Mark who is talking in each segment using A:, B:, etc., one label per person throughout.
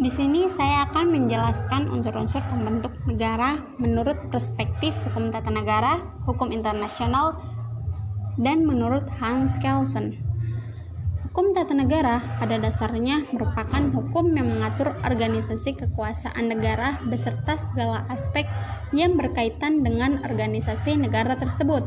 A: Di sini saya akan menjelaskan unsur-unsur pembentuk negara menurut perspektif hukum tata negara, hukum internasional, dan menurut Hans Kelsen. Hukum tata negara pada dasarnya merupakan hukum yang mengatur organisasi kekuasaan negara beserta segala aspek yang berkaitan dengan organisasi negara tersebut.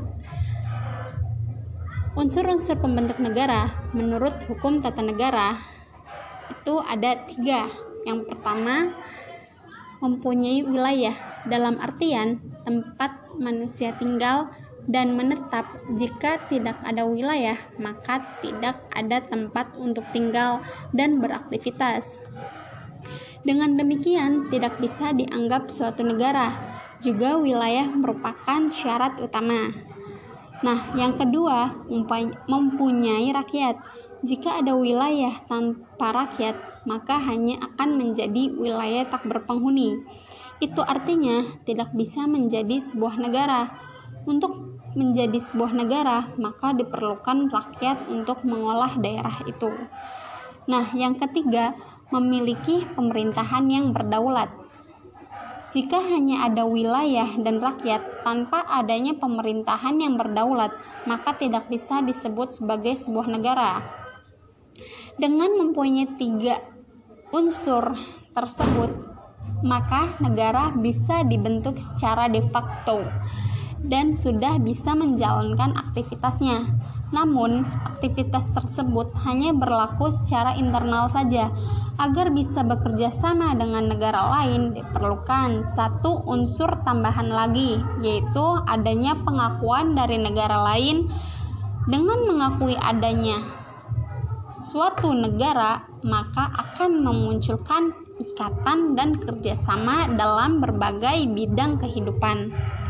A: Unsur-unsur pembentuk negara menurut hukum tata negara itu ada 3. Yang pertama, mempunyai wilayah, dalam artian tempat manusia tinggal dan menetap. Jika tidak ada wilayah, maka tidak ada tempat untuk tinggal dan beraktivitas. Dengan demikian, tidak bisa dianggap suatu negara. Juga wilayah merupakan syarat utama. Nah, yang kedua, mempunyai rakyat. Jika ada wilayah tanpa rakyat, maka hanya akan menjadi wilayah tak berpenghuni. Itu artinya tidak bisa menjadi sebuah negara. Untuk menjadi sebuah negara, maka diperlukan rakyat untuk mengolah daerah itu. Nah, yang ketiga, memiliki pemerintahan yang berdaulat. Jika hanya ada wilayah dan rakyat tanpa adanya pemerintahan yang berdaulat, maka tidak bisa disebut sebagai sebuah negara. Dengan mempunyai 3 unsur tersebut, maka negara bisa dibentuk secara de facto dan sudah bisa menjalankan aktivitasnya. Namun, aktivitas tersebut hanya berlaku secara internal saja. Agar bisa bekerja sama dengan negara lain, diperlukan 1 unsur tambahan lagi, yaitu adanya pengakuan dari negara lain. Dengan mengakui adanya suatu negara, maka akan memunculkan ikatan dan kerjasama dalam berbagai bidang kehidupan.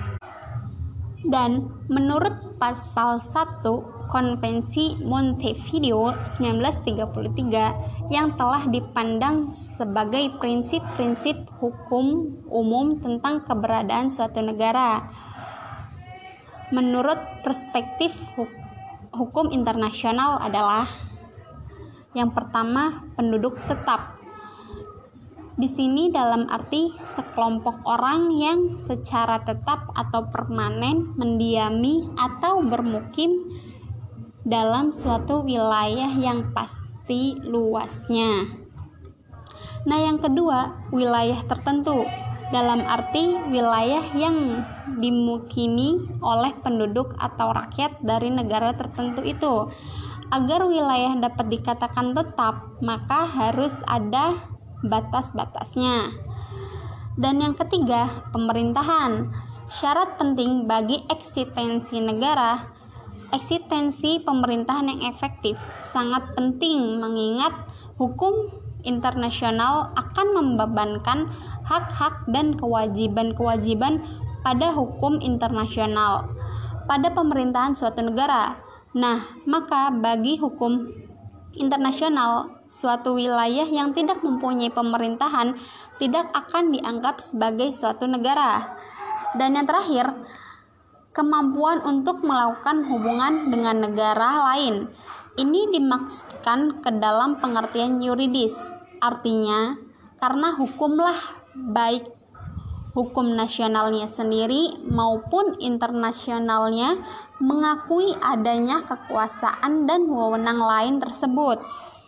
A: Dan menurut pasal 1 Konvensi Montevideo 1933 yang telah dipandang sebagai prinsip-prinsip hukum umum tentang keberadaan suatu negara. Menurut perspektif hukum internasional adalah yang pertama, penduduk tetap. Di sini dalam arti sekelompok orang yang secara tetap atau permanen mendiami atau bermukim dalam suatu wilayah yang pasti luasnya. Nah, yang kedua, wilayah tertentu. Dalam arti wilayah yang dimukimi oleh penduduk atau rakyat dari negara tertentu itu. Agar wilayah dapat dikatakan tetap, maka harus ada batas-batasnya. Dan yang ketiga, pemerintahan. Syarat penting bagi eksistensi negara, eksistensi pemerintahan yang efektif sangat penting mengingat hukum internasional akan membebankan hak-hak dan kewajiban-kewajiban pada hukum internasional pada pemerintahan suatu negara. Nah, maka bagi hukum internasional, suatu wilayah yang tidak mempunyai pemerintahan tidak akan dianggap sebagai suatu negara. Dan yang terakhir, kemampuan untuk melakukan hubungan dengan negara lain. Ini dimaksudkan ke dalam pengertian yuridis. Artinya, karena hukumlah baik hukum nasionalnya sendiri maupun internasionalnya mengakui adanya kekuasaan dan wewenang lain tersebut.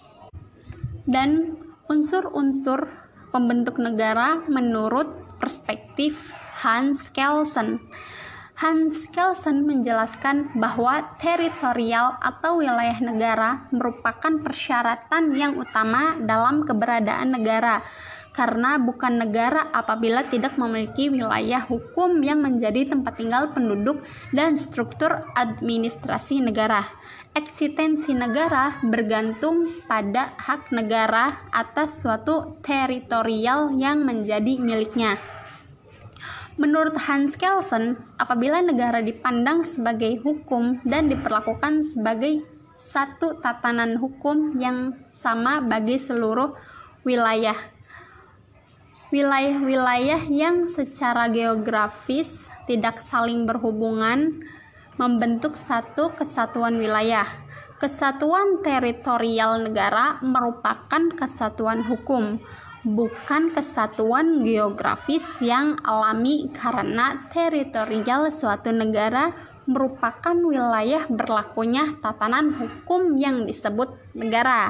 A: Dan unsur-unsur pembentuk negara menurut perspektif Hans Kelsen. Hans Kelsen menjelaskan bahwa teritorial atau wilayah negara merupakan persyaratan yang utama dalam keberadaan negara. Karena bukan negara apabila tidak memiliki wilayah hukum yang menjadi tempat tinggal penduduk dan struktur administrasi negara. Eksistensi negara bergantung pada hak negara atas suatu teritorial yang menjadi miliknya. Menurut Hans Kelsen, apabila negara dipandang sebagai hukum dan diperlakukan sebagai satu tatanan hukum yang sama bagi seluruh wilayah, wilayah-wilayah yang secara geografis tidak saling berhubungan membentuk satu kesatuan wilayah. Kesatuan teritorial negara merupakan kesatuan hukum. bukan kesatuan geografis yang alami, karena teritorial suatu negara merupakan wilayah berlakunya tatanan hukum yang disebut negara.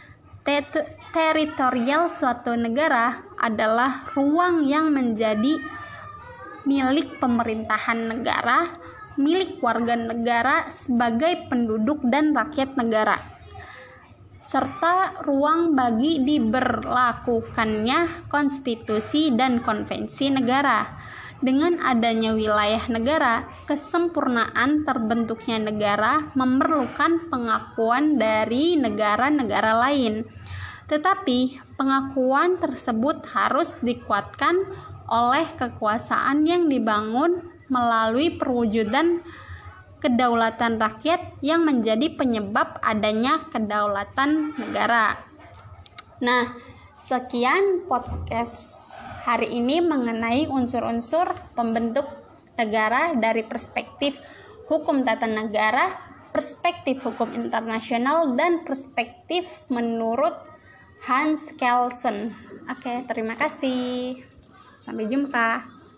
A: Teritorial suatu negara adalah ruang yang menjadi milik pemerintahan negara, milik warga negara sebagai penduduk dan rakyat negara, serta ruang bagi diberlakukannya konstitusi dan konvensi negara. Dengan adanya wilayah negara, kesempurnaan terbentuknya negara memerlukan pengakuan dari negara-negara lain. Tetapi pengakuan tersebut harus dikuatkan oleh kekuasaan yang dibangun melalui perwujudan kedaulatan rakyat yang menjadi penyebab adanya kedaulatan negara. Nah, sekian podcast hari ini mengenai unsur-unsur pembentuk negara dari perspektif hukum tata negara, perspektif hukum internasional, dan perspektif menurut Hans Kelsen. Oke, terima kasih. Sampai jumpa.